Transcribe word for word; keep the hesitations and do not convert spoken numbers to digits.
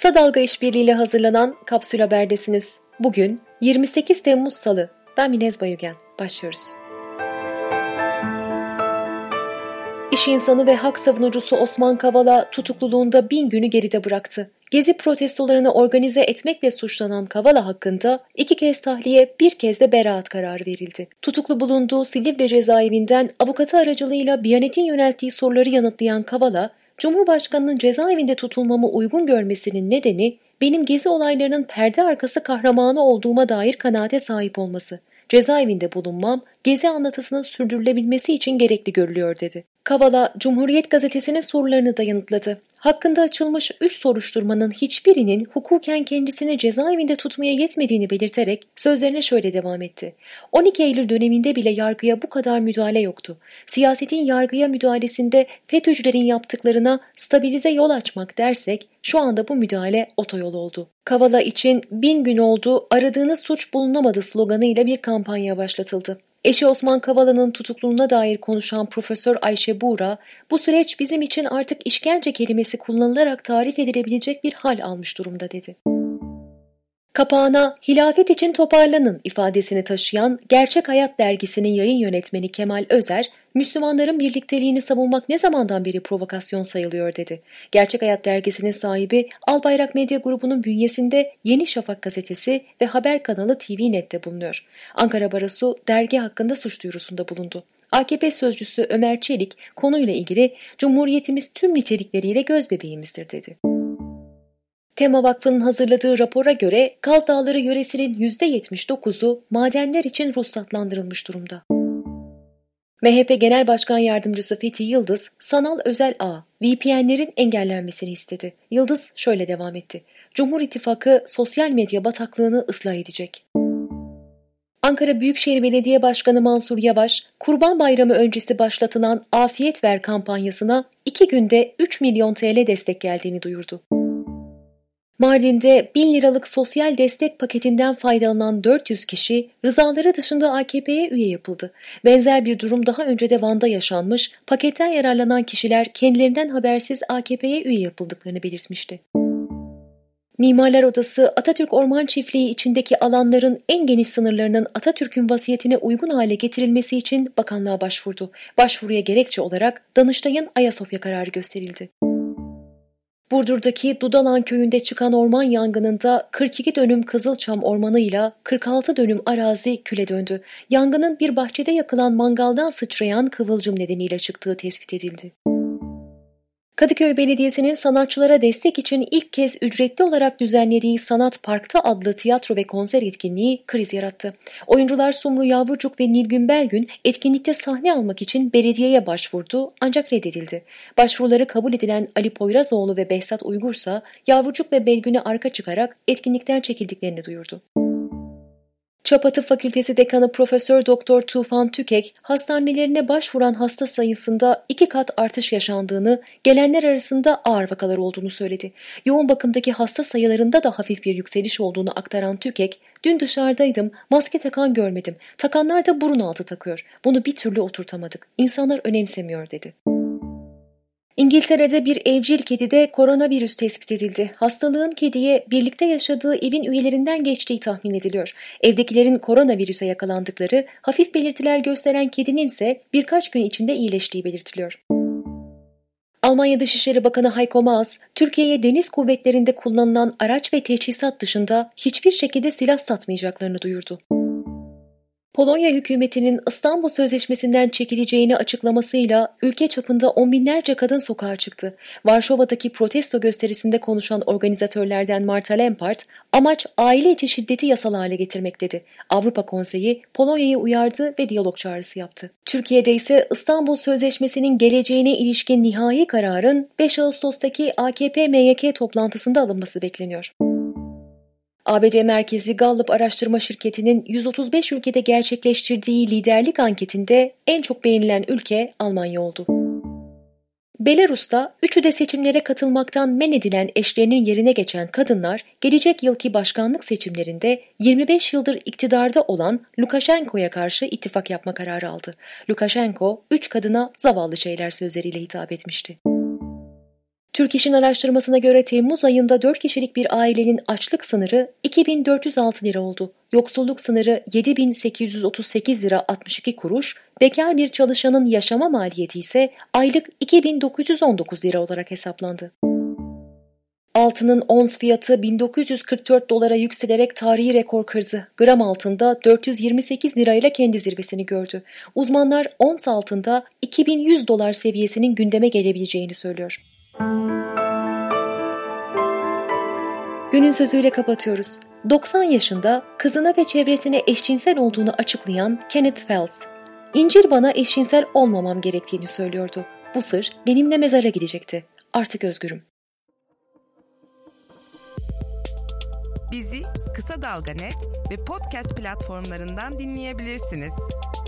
Kısa Dalga İşbirliğiyle hazırlanan Kapsül Haber'desiniz. Bugün yirmi sekiz Temmuz Salı. Ben Minez Bayügen. Başlıyoruz. İş insanı ve hak savunucusu Osman Kavala tutukluluğunda bin günü geride bıraktı. Gezi protestolarını organize etmekle suçlanan Kavala hakkında iki kez tahliye, bir kez de beraat kararı verildi. Tutuklu bulunduğu Silivri cezaevinden avukatı aracılığıyla Biyanet'in yönelttiği soruları yanıtlayan Kavala, Cumhurbaşkanının cezaevinde tutulmamı uygun görmesinin nedeni benim gezi olaylarının perde arkası kahramanı olduğuma dair kanaate sahip olması. Cezaevinde bulunmam, gezi anlatısının sürdürülebilmesi için gerekli görülüyor dedi. Kavala, Cumhuriyet Gazetesi'nin sorularını da yanıtladı. Hakkında açılmış üç soruşturmanın hiçbirinin hukuken kendisini cezaevinde tutmaya yetmediğini belirterek sözlerine şöyle devam etti. on iki Eylül döneminde bile yargıya bu kadar müdahale yoktu. Siyasetin yargıya müdahalesinde FETÖ'cülerin yaptıklarına stabilize yol açmak dersek şu anda bu müdahale otoyol oldu. Kavala için bin gün oldu, aradığınız suç bulunamadı sloganıyla bir kampanya başlatıldı. Eşi Osman Kavala'nın tutukluluğuna dair konuşan Profesör Ayşe Buğra, bu süreç bizim için artık işkence kelimesi kullanılarak tarif edilebilecek bir hal almış durumda dedi. Kapağına "Hilafet için toparlanın" ifadesini taşıyan Gerçek Hayat dergisinin yayın yönetmeni Kemal Özer, Müslümanların birlikteliğini savunmak ne zamandan beri provokasyon sayılıyor dedi. Gerçek Hayat dergisinin sahibi Albayrak Medya Grubu'nun bünyesinde Yeni Şafak gazetesi ve haber kanalı T V Net'te bulunuyor. Ankara Barosu dergi hakkında suç duyurusunda bulundu. A K P sözcüsü Ömer Çelik konuyla ilgili "Cumhuriyetimiz tüm nitelikleriyle gözbebeğimizdir" dedi. Tema Vakfı'nın hazırladığı rapora göre Kaz Dağları yöresinin yüzde yetmiş dokuzu madenler için ruhsatlandırılmış durumda. M H P Genel Başkan Yardımcısı Fethi Yıldız, sanal özel ağ, V P N'lerin engellenmesini istedi. Yıldız şöyle devam etti. Cumhur İttifakı sosyal medya bataklığını ıslah edecek. Ankara Büyükşehir Belediye Başkanı Mansur Yavaş, Kurban Bayramı öncesi başlatılan Afiyet Ver kampanyasına iki günde üç milyon T L destek geldiğini duyurdu. Mardin'de bin liralık sosyal destek paketinden faydalanan dört yüz kişi rızaları dışında A K P'ye üye yapıldı. Benzer bir durum daha önce de Van'da yaşanmış, paketten yararlanan kişiler kendilerinden habersiz A K P'ye üye yapıldıklarını belirtmişti. Mimarlar Odası, Atatürk Orman Çiftliği içindeki alanların en geniş sınırlarının Atatürk'ün vasiyetine uygun hale getirilmesi için bakanlığa başvurdu. Başvuruya gerekçe olarak Danıştay'ın Ayasofya kararı gösterildi. Burdur'daki Dudalan köyünde çıkan orman yangınında kırk iki dönüm Kızılçam ormanıyla kırk altı dönüm arazi küle döndü. Yangının bir bahçede yakılan mangaldan sıçrayan kıvılcım nedeniyle çıktığı tespit edildi. Kadıköy Belediyesi'nin sanatçılara destek için ilk kez ücretli olarak düzenlediği Sanat Park'ta adlı tiyatro ve konser etkinliği kriz yarattı. Oyuncular Sumru Yavrucuk ve Nilgün Belgün etkinlikte sahne almak için belediyeye başvurdu ancak reddedildi. Başvuruları kabul edilen Ali Poyrazoğlu ve Behzat Uygursa Yavrucuk ve Belgün'e arka çıkarak etkinlikten çekildiklerini duyurdu. Çapa Tıp Fakültesi Dekanı Profesör Doktor Tufan Tükek, hastanelerine başvuran hasta sayısında iki kat artış yaşandığını, gelenler arasında ağır vakalar olduğunu söyledi. Yoğun bakımdaki hasta sayılarında da hafif bir yükseliş olduğunu aktaran Tükek, "Dün dışarıdaydım, maske takan görmedim. Takanlar da burun altı takıyor. Bunu bir türlü oturtamadık. İnsanlar önemsemiyor" dedi. İngiltere'de bir evcil kedide koronavirüs tespit edildi. Hastalığın kediye birlikte yaşadığı evin üyelerinden geçtiği tahmin ediliyor. Evdekilerin koronavirüse yakalandıkları, hafif belirtiler gösteren kedinin ise birkaç gün içinde iyileştiği belirtiliyor. Almanya Dışişleri Bakanı Heiko Maas, Türkiye'ye deniz kuvvetlerinde kullanılan araç ve teçhizat dışında hiçbir şekilde silah satmayacaklarını duyurdu. Polonya hükümetinin İstanbul Sözleşmesi'nden çekileceğini açıklamasıyla ülke çapında on binlerce kadın sokağa çıktı. Varşova'daki protesto gösterisinde konuşan organizatörlerden Marta Lempart, amaç aile içi şiddeti yasal hale getirmek dedi. Avrupa Konseyi Polonya'yı uyardı ve diyalog çağrısı yaptı. Türkiye'de ise İstanbul Sözleşmesi'nin geleceğine ilişkin nihai kararın beş Ağustos'taki A K P M Y K toplantısında alınması bekleniyor. A B D merkezi Gallup araştırma şirketinin yüz otuz beş ülkede gerçekleştirdiği liderlik anketinde en çok beğenilen ülke Almanya oldu. Belarus'ta üçü de seçimlere katılmaktan men edilen eşlerinin yerine geçen kadınlar gelecek yılki başkanlık seçimlerinde yirmi beş yıldır iktidarda olan Lukashenko'ya karşı ittifak yapma kararı aldı. Lukashenko, üç kadına zavallı şeyler sözleriyle hitap etmişti. Türk İş'in araştırmasına göre Temmuz ayında dört kişilik bir ailenin açlık sınırı iki bin dört yüz altı lira oldu. Yoksulluk sınırı yedi bin sekiz yüz otuz sekiz lira altmış iki kuruş, bekar bir çalışanın yaşama maliyeti ise aylık iki bin dokuz yüz on dokuz lira olarak hesaplandı. Altının ons fiyatı bin dokuz yüz kırk dört dolara yükselerek tarihi rekor kırdı. Gram altında dört yüz yirmi sekiz lirayla kendi zirvesini gördü. Uzmanlar ons altında iki bin yüz dolar seviyesinin gündeme gelebileceğini söylüyor. Günün sözüyle kapatıyoruz. doksan yaşında kızına ve çevresine eşcinsel olduğunu açıklayan Kenneth Fels, "İncil bana eşcinsel olmamam gerektiğini söylüyordu. Bu sır benimle mezara gidecekti. Artık özgürüm." Bizi Kısa Dalga Net ve podcast platformlarından dinleyebilirsiniz.